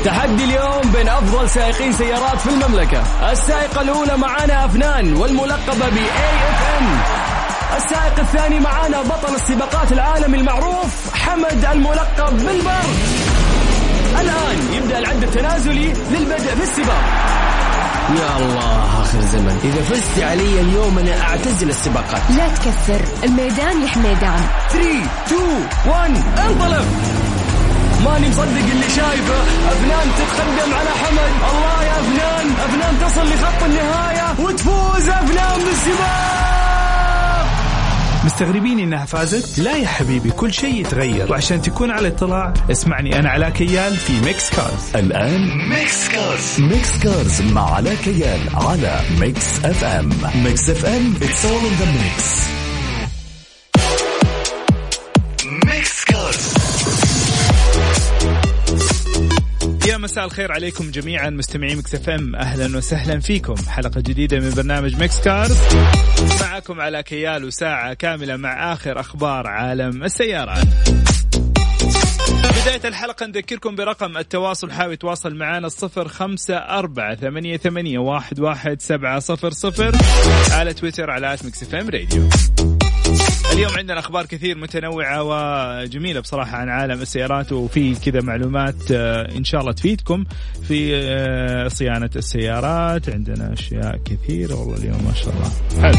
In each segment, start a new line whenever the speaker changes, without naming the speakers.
تحدي اليوم بين أفضل سائقين سيارات في المملكة. السائقة الأولى معانا أفنان والملقبة ب-AFN. السائق الثاني معانا بطل السباقات العالمي المعروف حمد الملقب بالبر. الآن يبدأ العد التنازلي للبدء في السباق.
يا الله آخر زمن، إذا فزت علي اليوم أنا أعتزل السباقات.
لا تكثر، الميدان يا حميدان.
3 2 1 انطلق. ماني مصدق اللي شايفه. أفنان تتقدم على حمد. الله يا أفنان، أفنان تصل لخط النهاية وتفوز أفنان بالسباق.
مستغربين إنها فازت؟ لا يا حبيبي، كل شيء يتغير، وعشان تكون على اطلاع اسمعني أنا علاء كيال في ميكس كارز.
الآن ميكس كارز. ميكس كارز مع علاء كيال على ميكس اف ام. ميكس اف ام it's all in the mix. ميكس كارز.
يا مساء الخير عليكم جميعا مستمعين ميكس اف ام، اهلا وسهلا فيكم. حلقة جديدة من برنامج ميكس كارز، معكم على كيال وساعة كاملة مع آخر أخبار عالم السيارات. بداية الحلقة نذكركم برقم التواصل، حاول تواصل معنا 0548811700 على تويتر على @mixfmradio. اليوم عندنا أخبار كثير متنوعة وجميلة بصراحة عن عالم السيارات، وفي كذا معلومات إن شاء الله تفيدكم في صيانة السيارات. عندنا أشياء كثيرة والله اليوم ما شاء الله. حلو،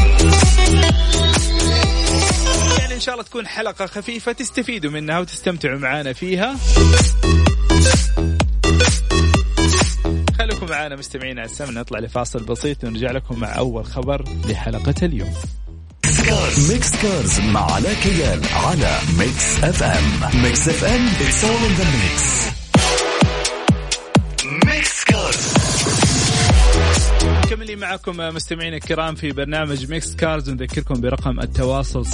يعني إن شاء الله تكون حلقة خفيفة تستفيدوا منها وتستمتعوا معنا فيها. خليكم معنا مستمعين على السمع، نطلع لفاصل بسيط ونرجع لكم مع أول خبر لحلقة اليوم.
ميكس كارز مع علاء كيال على ميكس اف ام. ميكس اف ام it's all in the mix. ميكس كارز.
كملي معكم مستمعين الكرام في برنامج ميكس كارز، ونذكركم برقم التواصل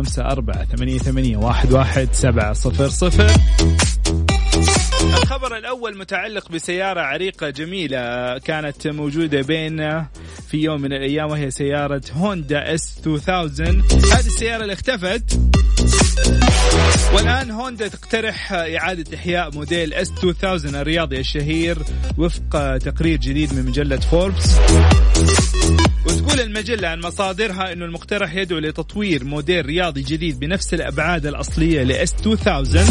0548811700. الخبر الأول متعلق بسيارة عريقة جميلة كانت موجودة بين في يوم من الأيام، وهي سيارة هوندا S2000. هذه السيارة اللي اختفت، والآن هوندا تقترح إعادة إحياء موديل S2000 الرياضي الشهير وفق تقرير جديد من مجلة فوربس. وتقول المجلة عن مصادرها أنه المقترح يدعو لتطوير موديل رياضي جديد بنفس الأبعاد الأصلية ل S2000.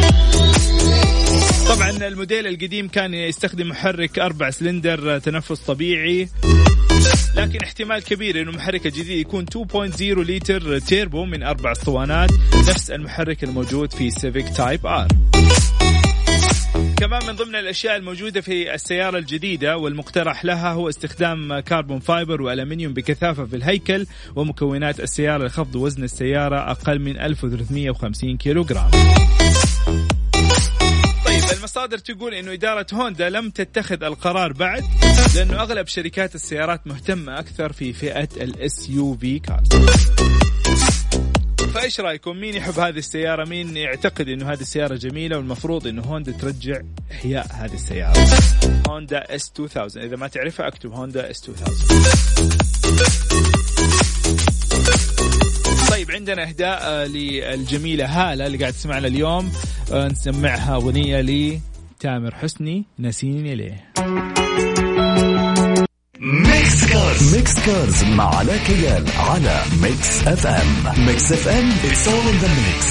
طبعا الموديل القديم كان يستخدم محرك 4 سلندر تنفس طبيعي، لكن احتمال كبير انه محرك الجديد يكون 2.0 لتر تيربو من 4 اسطوانات، نفس المحرك الموجود في سيفيك تايب آر. كمان من ضمن الأشياء الموجودة في السيارة الجديدة والمقترح لها هو استخدام كربون فايبر وألمنيوم بكثافة في الهيكل، ومكونات السيارة لخفض وزن السيارة أقل من 1350 كيلوغرام. المصادر تقول إنه إدارة هوندا لم تتخذ القرار بعد، لأنه أغلب شركات السيارات مهتمة أكثر في فئة الSUV كارز. فإيش رأيكم؟ مين يحب هذه السيارة؟ مين يعتقد إنه هذه السيارة جميلة والمفروض إنه هوندا ترجع إحياء هذه السيارة؟ هوندا S2000، إذا ما تعرفها أكتب هوندا S2000. طيب عندنا إهداء للجميلة هالة اللي قاعد تسمعنا اليوم، نسمعها أغنية لتامر حسني نسيني ليه.
ميكس كارز. ميكس كارز مع علاء كيال على ميكس اف ام. ميكس اف ام it's all in the mix.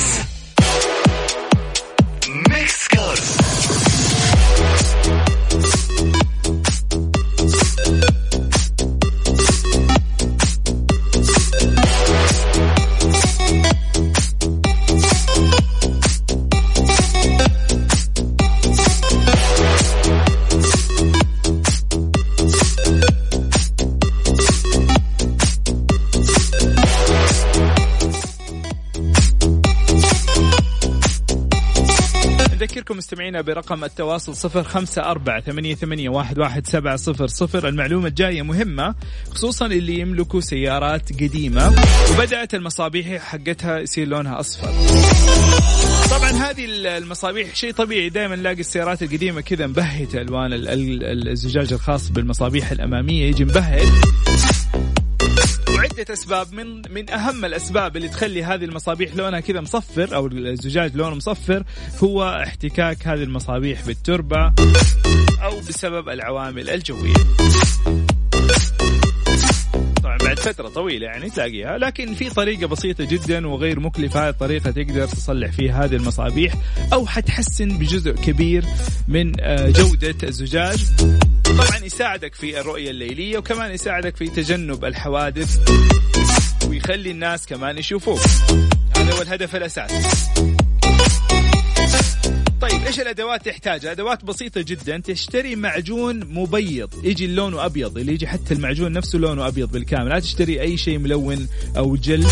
ميكس كارز.
نذكركم مستمعينا برقم التواصل 0548811700. المعلومة الجاية مهمة، خصوصا اللي يملكوا سيارات قديمة وبدأت المصابيح حقتها يصير لونها أصفر. طبعا هذه المصابيح شيء طبيعي، دائما نلاقي السيارات القديمة كذا مبهتة، ألوان الزجاج الخاص بالمصابيح الأمامية يجي مبهت. عدة أسباب. من أهم الأسباب اللي تخلي هذه المصابيح لونها كذا مصفر أو الزجاج لونه مصفر هو احتكاك هذه المصابيح بالتربة أو بسبب العوامل الجوية. طبعا بعد فترة طويلة يعني تلاقيها، لكن في طريقة بسيطة جدا وغير مكلفة. هذه الطريقة تقدر تصلح فيها هذه المصابيح أو حتحسن بجزء كبير من جودة الزجاج. طبعا يساعدك في الرؤية الليلية وكمان يساعدك في تجنب الحوادث ويخلي الناس كمان يشوفوك. هذا هو الهدف الأساسي. طيب إيش الأدوات تحتاجها؟ أدوات بسيطة جدا. تشتري معجون مبيض يجي لونه أبيض، اللي يجي حتى المعجون نفسه لونه أبيض بالكامل، لا تشتري أي شيء ملون أو جل.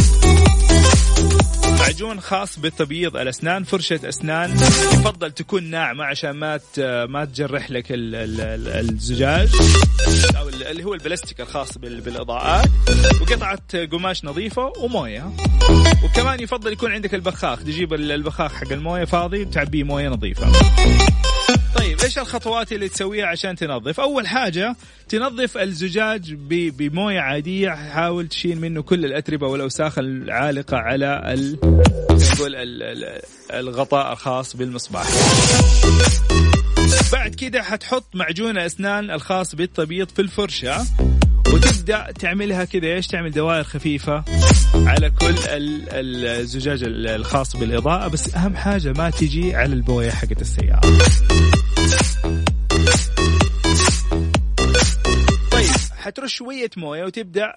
معجون خاص بتبييض الأسنان، فرشة أسنان يفضل تكون ناعمة عشان ما تجرح لك الزجاج أو اللي هو البلاستيك الخاص بالإضاءات، وقطعة قماش نظيفة وموية. وكمان يفضل يكون عندك البخاخ، تجيب البخاخ حق الموية فاضي وتعبيه موية نظيفة. طيب إيش الخطوات اللي تسويها عشان تنظف؟ أول حاجة تنظف الزجاج بموية عادية، حاول تشيل منه كل الأتربة والأوساخ العالقة على الغطاء الخاص بالمصباح. بعد كده حتحط معجون الأسنان الخاص بالتبييض في الفرشة وتبدأ تعملها كده إيش، تعمل دوائر خفيفة على كل الزجاج الخاص بالإضاءة، بس أهم حاجة ما تجي على البوية حقت السيارة. طيب حترش شوية موية وتبدأ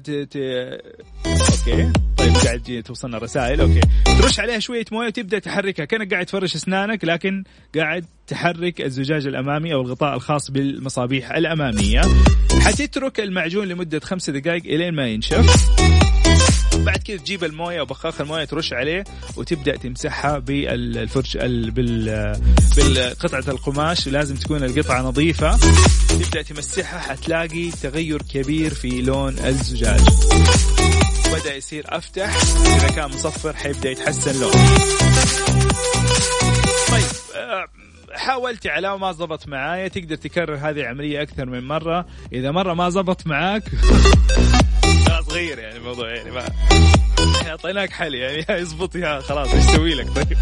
أوكي. طيب قاعد توصلنا رسائل. أوكي، ترش عليها شوية موية وتبدأ تحركها كأنك قاعد تفرش أسنانك، لكن قاعد تحرك الزجاج الأمامي أو الغطاء الخاص بالمصابيح الأمامية. حتترك المعجون لمدة 5 دقائق إلين ما ينشف. بعد كده تجيب الموية وبخاخ الموية ترش عليه وتبدأ تمسحها بالفرش بالقطعة القماش. لازم تكون القطعة نظيفة. تبدأ تمسحها، حتلاقي تغير كبير في لون الزجاج، بدأ يصير أفتح. إذا كان مصفر حيبدأ يتحسن لون. طيب حاولت على وما زبط معايا، تقدر تكرر هذه العملية أكثر من مرة. إذا مرة ما زبط معاك صغير يعني الموضوع، يعني ما أعطيناك حل يعني يزبط يا خلاص إيش سوي لك. طيب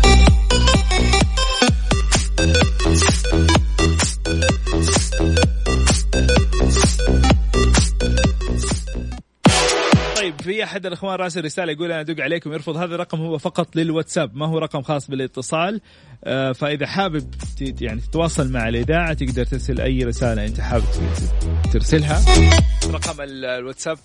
طيب في أحد الأخوان راسل رسالة يقول أنا أدق عليكم يرفض. هذا الرقم هو فقط للواتساب، ما هو رقم خاص بالاتصال. فإذا حابب يعني تتواصل مع الإذاعة تقدر ترسل أي رسالة أنت حابب ترسلها. رقم الواتساب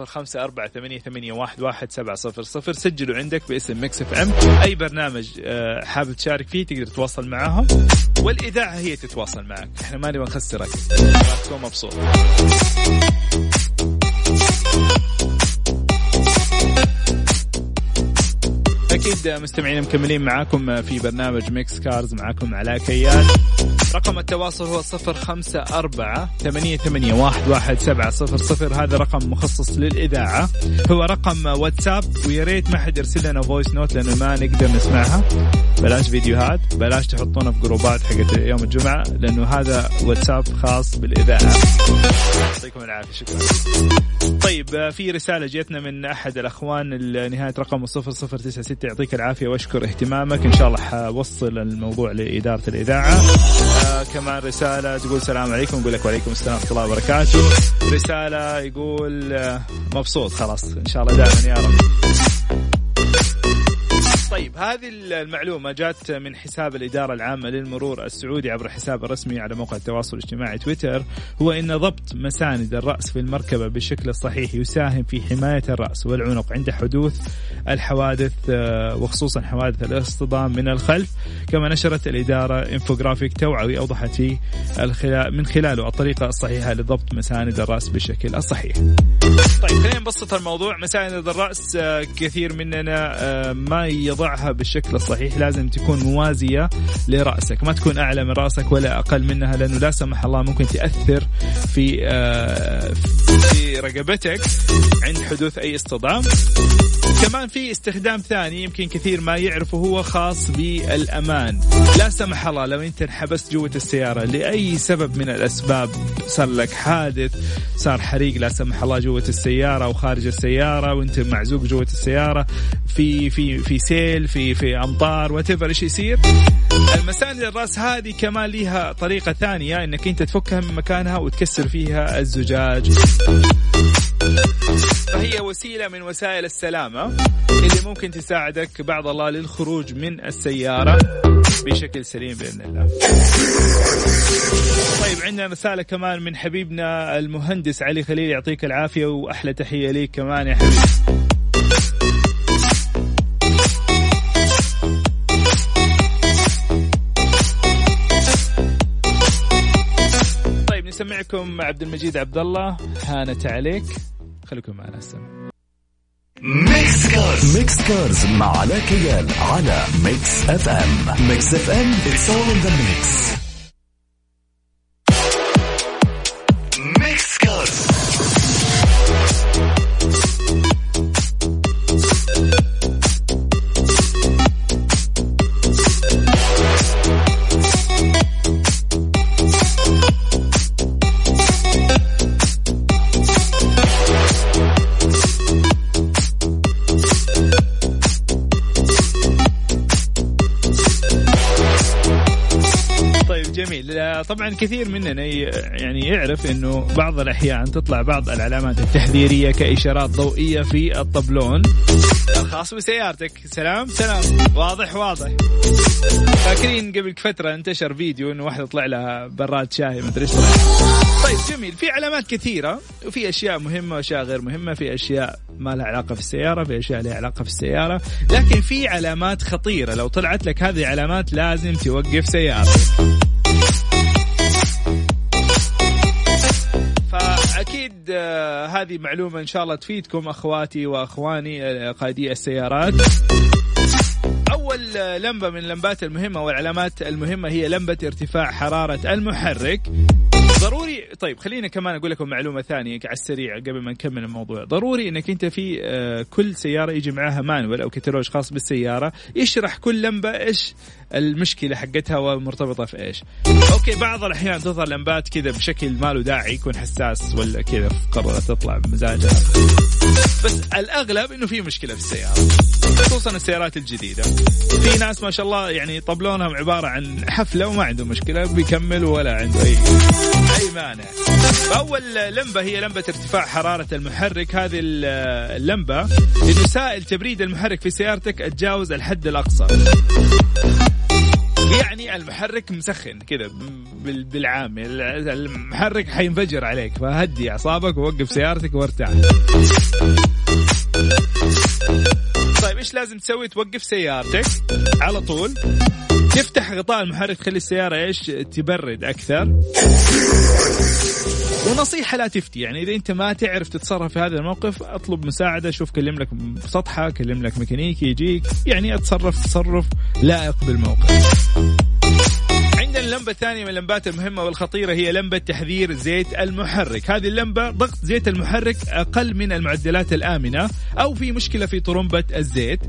0548811700. سجلوا عندك باسم ميكس اف ام. أي برنامج حابب تشارك فيه تقدر تتواصل معهم، والإذاعة هي تتواصل معك. إحنا ما نبغى نخسرك، تكون مبسوط. أكيد مستمعين مكملين معاكم في برنامج ميكس كارز، معاكم علاء كيال. رقم التواصل هو 0548811700. هذا رقم مخصص للإذاعة، هو رقم واتساب. ويا ريت ما حد يرسل لنا فويس نوت لأنه ما نقدر نسمعها. بلاش فيديوهات، بلاش تحطونا في جروبات حقت يوم الجمعة، لأنه هذا واتساب خاص بالإذاعة. يعطيكم العافية، شكرا. طيب في رسالة جيتنا من أحد الأخوان نهاية رقم 0096. يعطيك العافية واشكر اهتمامك. إن شاء الله حوصل الموضوع لإدارة الإذاعة. كمان رسالة تقول السلام عليكم. نقول لك وعليكم السلام ورحمة الله وبركاته. رسالة يقول مبسوط خلاص إن شاء الله دائما يا رب. طيب هذه المعلومة جات من حساب الإدارة العامة للمرور السعودي عبر الحساب الرسمي على موقع التواصل الاجتماعي تويتر. هو إن ضبط مساند الرأس في المركبة بالشكل الصحيح يساهم في حماية الرأس والعنق عند حدوث الحوادث، وخصوصا حوادث الاصطدام من الخلف. كما نشرت الإدارة انفوغرافيك توعوي أوضحت فيه من خلاله الطريقة الصحيحة لضبط مساند الرأس بالشكل الصحيح. طيب خلينا نبسط الموضوع. مساند الرأس كثير مننا ما يضع تضعها بالشكل الصحيح لازم تكون موازية لرأسك، ما تكون أعلى من رأسك ولا أقل منها، لأنه لا سمح الله ممكن تأثر في رقبتك عند حدوث أي اصطدام. كمان في استخدام ثاني يمكن كثير ما يعرفه، هو خاص بالأمان. لا سمح الله لو أنت انحبست جوة السيارة لأي سبب من الأسباب، صار لك حادث، صار حريق لا سمح الله جوة السيارة أو خارج السيارة وأنت معزوق جوة السيارة، في سيل، في أمطار، whatever إيش يصير، المساند الرأس هذه كمان ليها طريقة ثانية إنك أنت تفكها من مكانها وتكسر فيها الزجاج. فهي وسيلة من وسائل السلامة اللي ممكن تساعدك بعد الله للخروج من السيارة بشكل سليم بإذن الله. طيب عندنا رسالة كمان من حبيبنا المهندس علي خليل، يعطيك العافية وأحلى تحية ليك كمان يا حبيبي. طيب نسمعكم عبد المجيد عبد الله، هانت عليك. خليكم معنا السمع.
ميكس كارز مع علاء كيال على ميكس اف ام. ميكس اف ام it's all in the mix. ميكس كارز.
طبعا كثير مننا يعني يعرف انه بعض الاحيان تطلع بعض العلامات التحذيريه كاشارات ضوئيه في الطبلون الخاص بسيارتك. سلام واضح. فاكرين قبل فتره انتشر فيديو انه واحده طلع لها براد شاي ما ادري ايش. طيب جميل، في علامات كثيره وفي اشياء مهمه واشياء غير مهمه، في اشياء ما لها علاقه في السياره، في اشياء لها علاقه في السياره، لكن في علامات خطيره لو طلعت لك هذه علامات لازم توقف سيارتك. فأكيد هذه معلومة إن شاء الله تفيدكم أخواتي وأخواني قائدي السيارات. أول لمبة من اللمبات المهمة والعلامات المهمة هي لمبة ارتفاع حرارة المحرك. ضروري. طيب خلينا كمان أقول لكم معلومة ثانية على السريع قبل ما نكمل الموضوع. ضروري إنك أنت في كل سيارة يجي معها مانوال أو كتالوج خاص بالسيارة يشرح كل لمبة إيش المشكلة حقتها ومرتبطة في إيش. أوكي بعض الأحيان تظهر لمبات كذا بشكل ما له داعي، يكون حساس ولا كذا قررت تطلع بمزاجها، بس الأغلب إنه في مشكلة في السيارة، خصوصا السيارات الجديدة. في ناس ما شاء الله يعني طبلونهم عبارة عن حفلة وما عنده مشكلة، بيكملوا ولا عنده أي مانع. فأول لمبة هي لمبة ارتفاع حرارة المحرك. هذه اللمبة إنه سائل تبريد المحرك في سيارتك اتجاوز الحد الأقصى، يعني المحرك مسخن كذا بالعام، المحرك حينفجر عليك، فهدي أعصابك ووقف سيارتك وارتاح. طيب إيش لازم تسوي؟ توقف سيارتك على طول، تفتح غطاء المحرك، تخلي السيارة إيش تبرد أكثر. ونصيحة لا تفتي، يعني إذا أنت ما تعرف تتصرف في هذا الموقف أطلب مساعدة، شوف كلم لك سطحة، كلم لك ميكانيكي يجيك، يعني أتصرف تصرف لائق بالموقف. عندنا اللمبة الثانية من اللمبات المهمة والخطيرة هي لمبة تحذير زيت المحرك. هذه اللمبة ضغط زيت المحرك أقل من المعدلات الآمنة أو في مشكلة في طرمبة الزيت،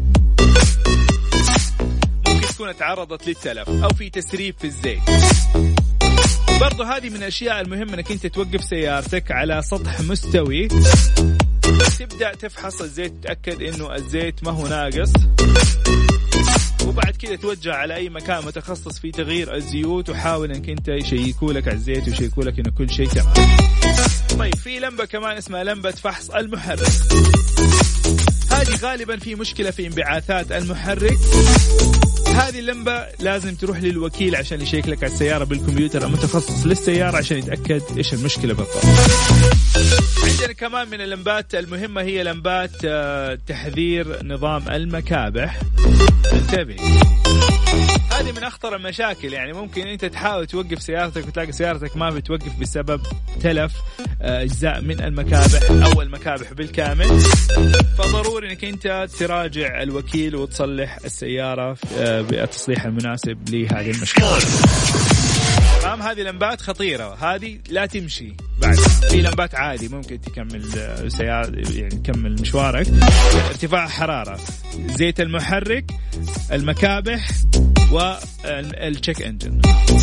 ممكن تكون تعرضت للتلف أو في تسريب في الزيت. برضو هذه من الأشياء المهمة أنك أنت توقف سيارتك على سطح مستوي، تبدأ تفحص الزيت، تتأكد أنه الزيت ما هو ناقص، وبعد كده توجه على أي مكان متخصص في تغيير الزيوت، وحاول أنك أنت يشيكوا لك على الزيت ويشيكوا لك أنه كل شيء تمام. طيب في لمبة كمان اسمها لمبة فحص المحرك. هذه غالبا في مشكلة في انبعاثات المحرك. هذه اللمبة لازم تروح للوكيل عشان يشيك لك على السيارة بالكمبيوتر المتخصص للسيارة عشان يتأكد إيش المشكلة بالضبط. عندنا كمان من اللمبات المهمة هي لمبات تحذير نظام المكابح. انتبه، هذه من أخطر المشاكل. يعني ممكن أنت تحاول توقف سيارتك وتلاقي سيارتك ما بتوقف بسبب تلف أجزاء من المكابح أو المكابح بالكامل. فضروري أنك أنت تراجع الوكيل وتصلح السيارة بالتصليح المناسب لهذه المشكلة. تمام. هذه لمبات خطيرة، هذه لا تمشي بعد. في لمبات عادي ممكن تكمل سيارة، يعني تكمل مشوارك. ارتفاع حرارة، زيت المحرك، المكابح والتشيك انجن.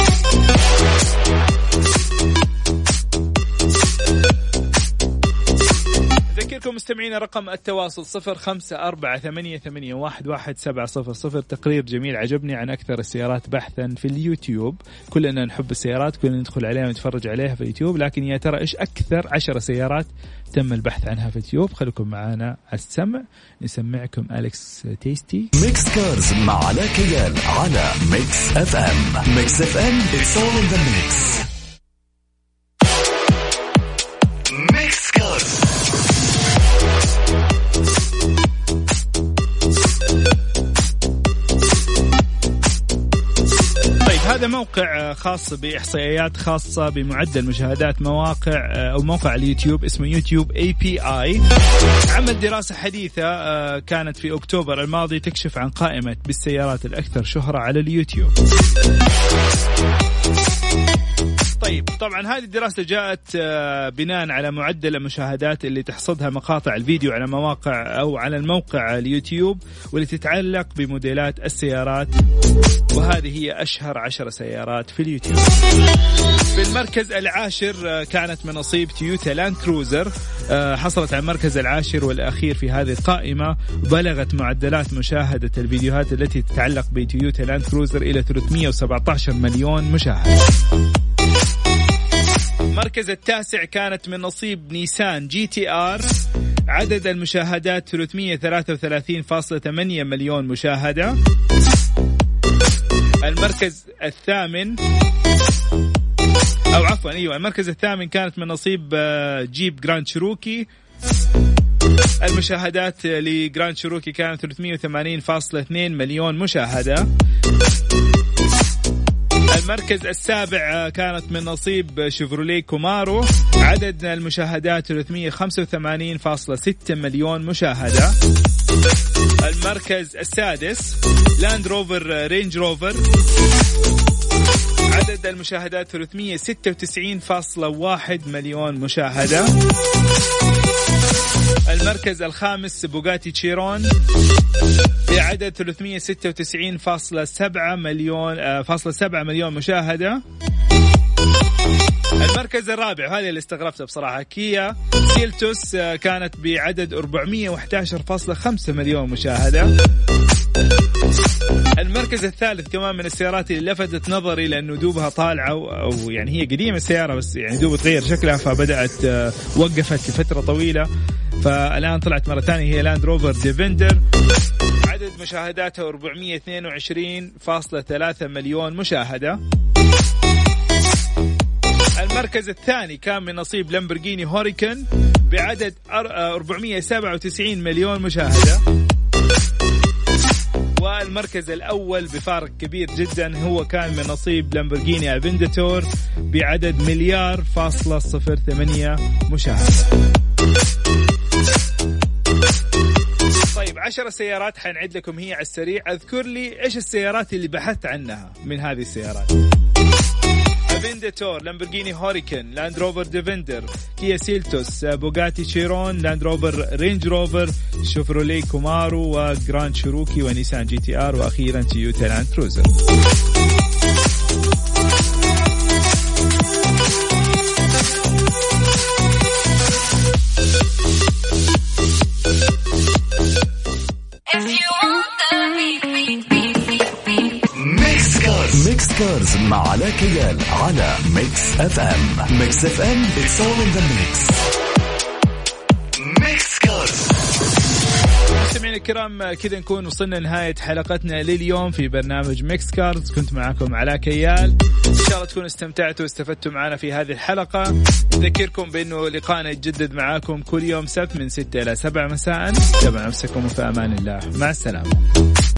أذكركم مستمعين رقم التواصل 0548811700. تقرير جميل عجبني عن أكثر السيارات بحثا في اليوتيوب. كلنا نحب السيارات، كلنا ندخل عليها ونتفرج عليها في اليوتيوب، لكن يا ترى إيش أكثر 10 سيارات تم البحث عنها في اليوتيوب؟ خليكم معنا على السمع، نسمعكم أليكس تيستي.
ميكس كارز مع علاء كيال على ميكس اف ام. ميكس اف ام it's all in the mix. ميكس كارز.
هذا موقع خاص بإحصائيات خاصة بمعدل مشاهدات مواقع أو موقع اليوتيوب اسمه يوتيوب API. عمل دراسة حديثة كانت في أكتوبر الماضي تكشف عن قائمة بالسيارات الأكثر شهرة على اليوتيوب. طيب طبعا هذه الدراسة جاءت بناء على معدل المشاهدات اللي تحصدها مقاطع الفيديو على مواقع أو على الموقع اليوتيوب، واللي تتعلق بموديلات السيارات، وهذه هي أشهر 10 سيارات في اليوتيوب. في المركز العاشر كانت من نصيب تويوتا لاند كروزر، حصلت على المركز العاشر والأخير في هذه القائمة. بلغت معدلات مشاهدة الفيديوهات التي تتعلق بتويوتا لاند كروزر إلى 317 مليون مشاهدة. المركز التاسع كانت من نصيب نيسان جي تي آر، عدد المشاهدات 333.8 مليون مشاهدة. المركز الثامن المركز الثامن كانت من نصيب جيب جراند شيروكي، المشاهدات لجراند شيروكي كانت 380.2 مليون مشاهدة. المركز السابع كانت من نصيب شيفروليه كومارو، عدد المشاهدات 385.6 مليون مشاهدة. المركز السادس لاند روفر رينج روفر، عدد المشاهدات 396.1 مليون مشاهدة. المركز الخامس بوغاتي تشيرون بعدد 396.7 مليون مشاهدة. المركز الرابع، هذه اللي استغربتها بصراحة، كيا سيلتوس كانت بعدد 411.5 مليون مشاهدة. المركز الثالث كمان من السيارات اللي لفتت نظري لأنه دوبها طالعة أو يعني هي قديمة السيارة بس يعني دوب تغير شكلها فبدأت وقفت لفترة طويلة، فالآن طلعت مرة ثانية، هي لاند روفر ديفندر، عدد مشاهداتها 422.3 مليون مشاهدة. المركز الثاني كان من نصيب لامبورغيني هوريكان بعدد 497 مليون مشاهدة. والمركز الأول بفارق كبير جدا هو كان من نصيب لامبورغيني افنتادور بعدد 1.08 مشاهدة. طيب 10 سيارات حنعد لكم هي على السريع. اذكر لي ايش السيارات اللي بحثت عنها من هذه السيارات: افنتادور، لامبورغيني هوريكان، لاند روفر ديفندر، كيا سيلتوس، بوغاتي تشيرون، لاند روفر رينج روفر، شيفروليه كومارو، وجراند شيروكي، ونيسان جي تي آر، واخيرا تويوتا لاند كروزر.
ميكس كارز مع علاء كيال على ميكس اف ام. ميكس اف ام it's all in the mix. ميكس كارز.
مستمعينا الكرام كذا نكون وصلنا نهاية حلقتنا لليوم في برنامج ميكس كارز. كنت معكم علاء كيال، إن شاء الله تكونوا استمتعتوا واستفدتوا معنا في هذه الحلقة. أذكركم بأنه لقاءنا يتجدد معاكم كل يوم سبت من 6 إلى 7 مساء. تابعوا نفسكم وفي أمان الله، مع السلامة.